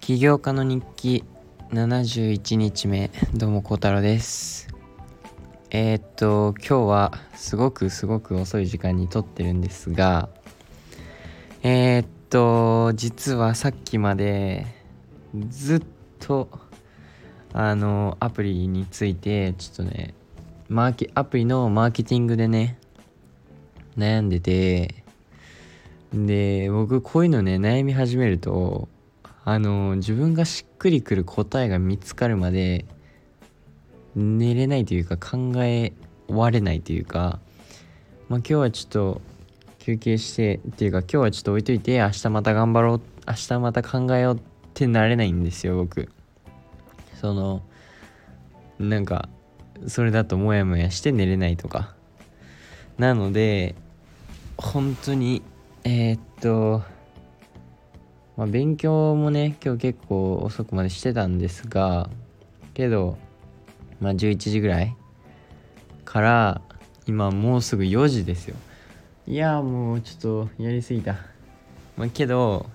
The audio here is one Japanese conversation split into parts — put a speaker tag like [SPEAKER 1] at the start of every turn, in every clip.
[SPEAKER 1] 起業家の日記71日目、どうもこうたろです。今日はすごく遅い時間に撮ってるんですが、実はさっきまでずっとアプリについてちょっとねアプリのマーケティングでね悩んでて、で僕こういうのね悩み始めると自分がしっくりくる答えが見つかるまで寝れないというか考え終われないというか、今日はちょっと休憩してっていうか今日はちょっと置いといて明日また頑張ろう、明日また考えようってなれないんですよ僕。なんかそれだとモヤモヤして寝れないとかなので、本当に勉強もね今日結構遅くまでしてたんですが、けど11時ぐらいから今もうすぐ4時ですよ。いやもうちょっとやりすぎた。けど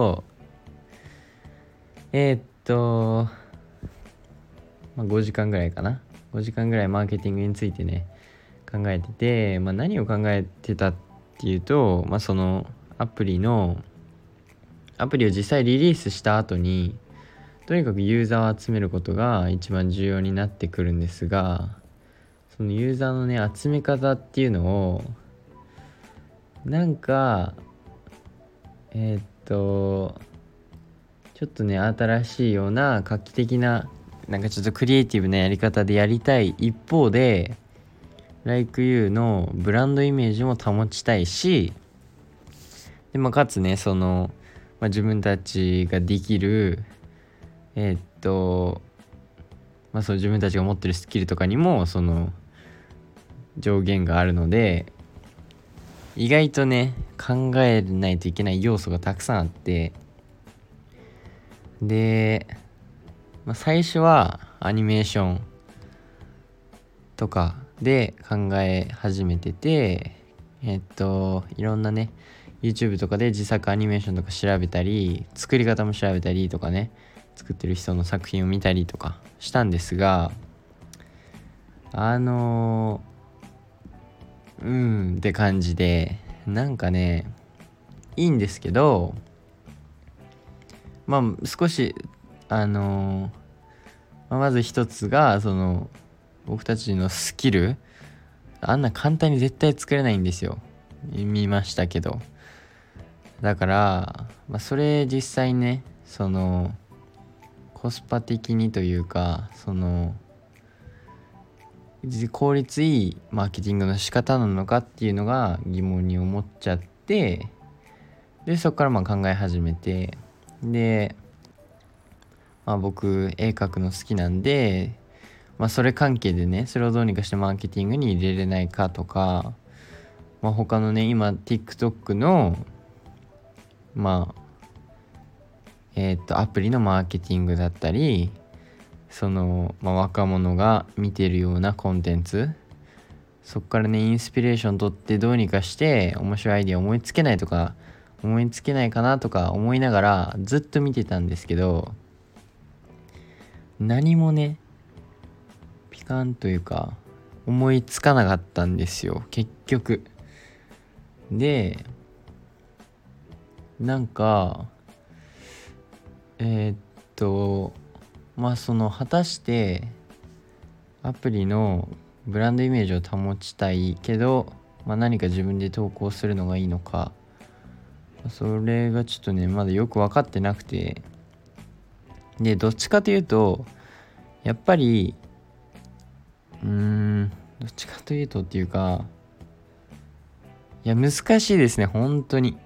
[SPEAKER 1] 5時間ぐらいかな、5時間ぐらいマーケティングについてね考えてて、何を考えてたっていうと、そのアプリを実際リリースした後にとにかくユーザーを集めることが一番重要になってくるんですが、そのユーザーのね集め方っていうのをなんかちょっとね新しいような画期的ななんかちょっとクリエイティブなやり方でやりたい一方で Like You のブランドイメージも保ちたいし、でかつね自分たちができるそう自分たちが持ってるスキルとかにもその上限があるので、意外とね考えないといけない要素がたくさんあって、で、最初はアニメーションとかで考え始めてて、いろんなね YouTube とかで自作アニメーションとか調べたり、作り方も調べたりとかね、作ってる人の作品を見たりとかしたんですが、って感じで、なんかねいいんですけど、少しまず一つがその僕たちのスキル、あんな簡単に絶対作れないんですよ。見ましたけど。だから、それ実際ねそのコスパ的にというかその効率いいマーケティングの仕方なのかっていうのが疑問に思っちゃって、でそこから考え始めて、で僕絵描くの好きなんで、それ関係でねそれをどうにかしてマーケティングに入れれないかとか、他のね今 TikTok のアプリのマーケティングだったり、その、若者が見てるようなコンテンツ、そっからねインスピレーション取ってどうにかして面白いアイデア思いつけないかなとか思いながらずっと見てたんですけど、何もねピカンというか思いつかなかったんですよ結局。でその果たしてアプリのブランドイメージを保ちたいけど、何か自分で投稿するのがいいのか、それがちょっとねまだよく分かってなくて、でどっちかというとやっぱりどっちかというとっていうか、いや難しいですね本当に。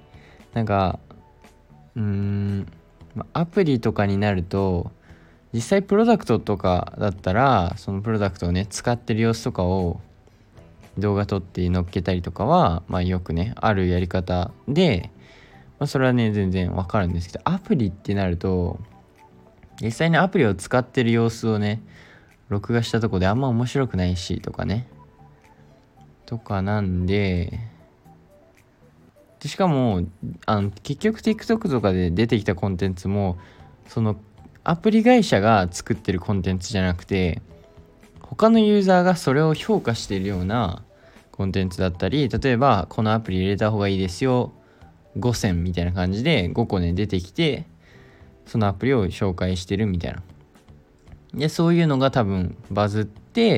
[SPEAKER 1] アプリとかになると実際プロダクトとかだったらそのプロダクトをね使ってる様子とかを動画撮って載っけたりとかはよくねあるやり方で、それはね全然わかるんですけど、アプリってなると実際にアプリを使ってる様子をね録画したとこであんま面白くないしとかねとかなんで、しかも結局 TikTok とかで出てきたコンテンツもそのアプリ会社が作ってるコンテンツじゃなくて、他のユーザーがそれを評価しているようなコンテンツだったり、例えばこのアプリ入れた方がいいですよ5選みたいな感じで5個ね出てきて、そのアプリを紹介してるみたいな。でそういうのが多分バズって、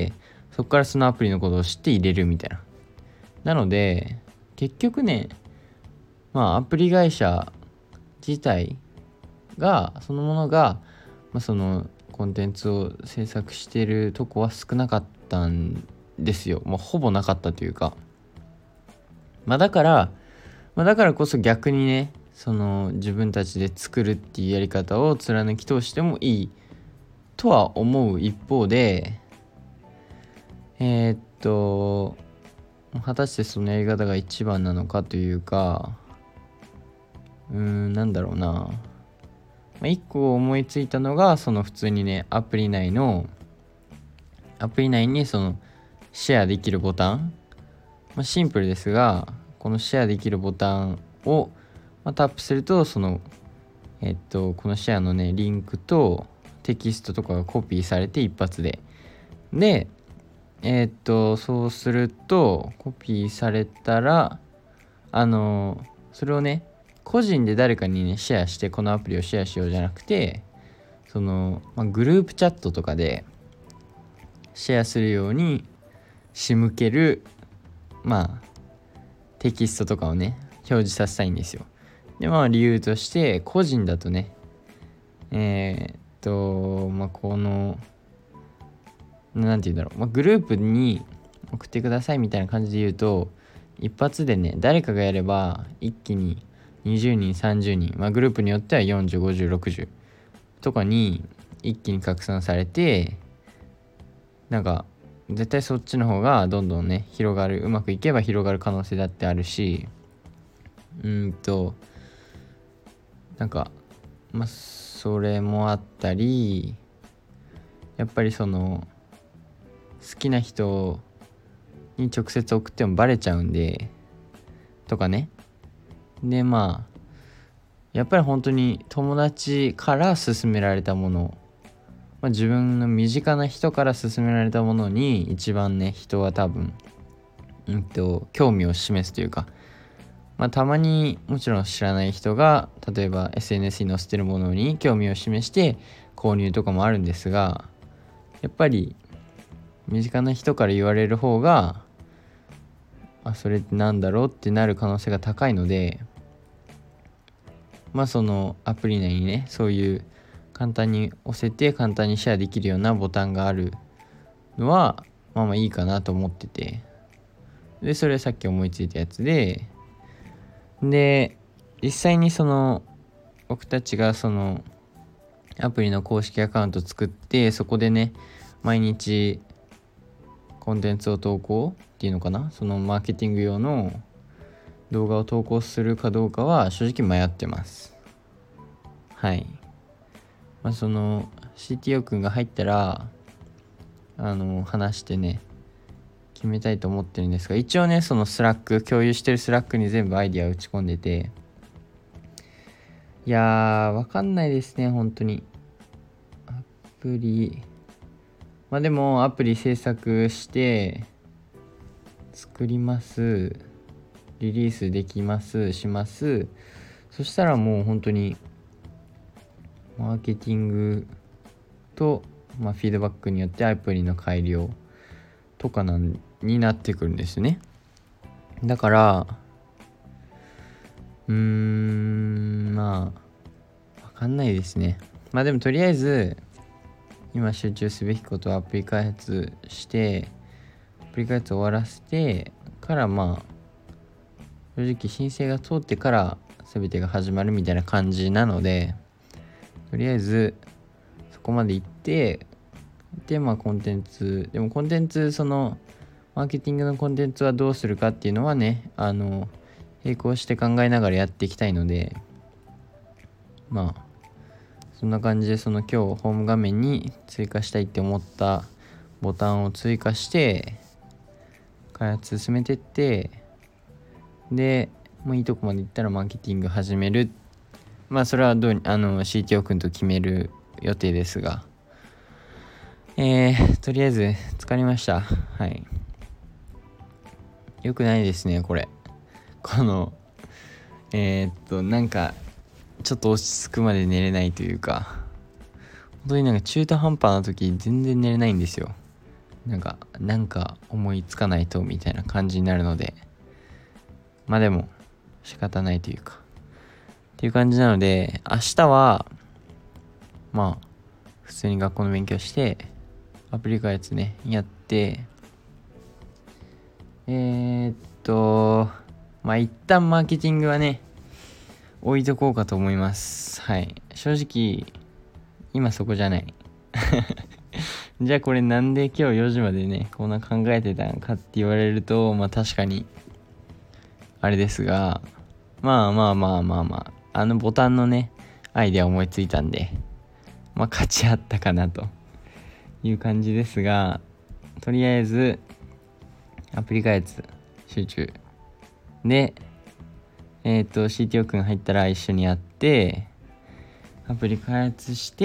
[SPEAKER 1] そこからそのアプリのことを知って入れるみたいな。なので結局ね、アプリ会社自体がそのものが、そのコンテンツを制作してるとこは少なかったんですよ。もうほぼなかったというか、だからこそ逆にね、その自分たちで作るっていうやり方を貫き通してもいいとは思う一方で、果たしてそのやり方が一番なのかというか、なんだろうな。一個思いついたのが、その普通にね、アプリ内にそのシェアできるボタン、シンプルですが、このシェアできるボタンを、タップすると、そのこのシェアのねリンクとテキストとかがコピーされて一発でそうするとコピーされたらそれをね個人で誰かにねシェアして、このアプリをシェアしようじゃなくて、その、グループチャットとかでシェアするように仕向けるテキストとかをね表示させたいんですよ。で理由として、個人だとねこのなんて言うんだろう、グループに送ってくださいみたいな感じで言うと、一発でね誰かがやれば一気に20人30人、グループによっては405060とかに一気に拡散されて、絶対そっちの方がどんどんね広がる、うまくいけば広がる可能性だってあるし、それもあったり、やっぱりその好きな人に直接送ってもバレちゃうんでとかね。でやっぱり本当に友達から勧められたもの、自分の身近な人から勧められたものに一番ね人は多分興味を示すというか、たまにもちろん知らない人が例えば SNS に載せてるものに興味を示して購入とかもあるんですが、やっぱり身近な人から言われる方がそれってなんだろうってなる可能性が高いので、そのアプリ内にねそういう簡単に押せて簡単にシェアできるようなボタンがあるのはいいかなと思ってて、でそれさっき思いついたやつで、実際にその僕たちがそのアプリの公式アカウント作って、そこでね毎日コンテンツを投稿っていうのかな、そのマーケティング用の動画を投稿するかどうかは正直迷ってます。はい。その CTO 君が入ったら話してね決めたいと思ってるんですが、一応ねそのスラック共有してるスラックに全部アイディア打ち込んでて、いやーわかんないですね本当に。アプリでもアプリ制作して作ります、リリースできますします。そしたらもう本当にマーケティングと、フィードバックによってアプリの改良とかになってくるんですね。だからわかんないですね。でもとりあえず今集中すべきことはアプリ開発して、アプリ開発終わらせてから正直申請が通ってから全てが始まるみたいな感じなので、とりあえずそこまで行ってコンテンツそのマーケティングのコンテンツはどうするかっていうのはね並行して考えながらやっていきたいので、そんな感じでその今日ホーム画面に追加したいって思ったボタンを追加して開発進めてって、でもういいとこまでいったらマーケティング始めるっまあそれはCTO 君と決める予定ですが、とりあえず疲れました。はい。よくないですね、これ。この、なんか、ちょっと落ち着くまで寝れないというか、本当になんか中途半端な時全然寝れないんですよ。なんか思いつかないとみたいな感じになるので、まあでも仕方ないというかっていう感じなので、明日はまあ普通に学校の勉強してアプリ開発ねやって、まあ一旦マーケティングはね置いとこうかと思います。はい。正直今そこじゃないじゃあこれなんで今日4時までねこんな考えてたんかって言われると、まあ確かにあれですが、まあボタンのねアイデア思いついたんで、まあ価値あったかなという感じですが、とりあえずアプリ開発集中で、CTO 君入ったら一緒にやってアプリ開発して、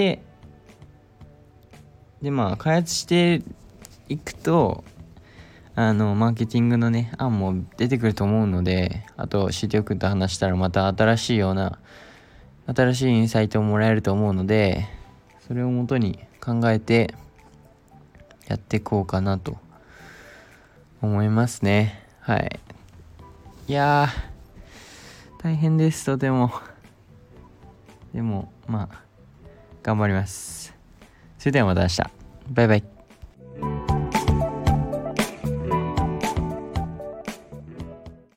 [SPEAKER 1] でまあ開発していくとマーケティングのね案も出てくると思うので、あと CTO 君と話したらまた新しいインサイトをもらえると思うので、それをもとに考えてやっていこうかなと思いますね。はい。いやー大変です。とてもでもまあ頑張ります。それではまた明日。バイバイ。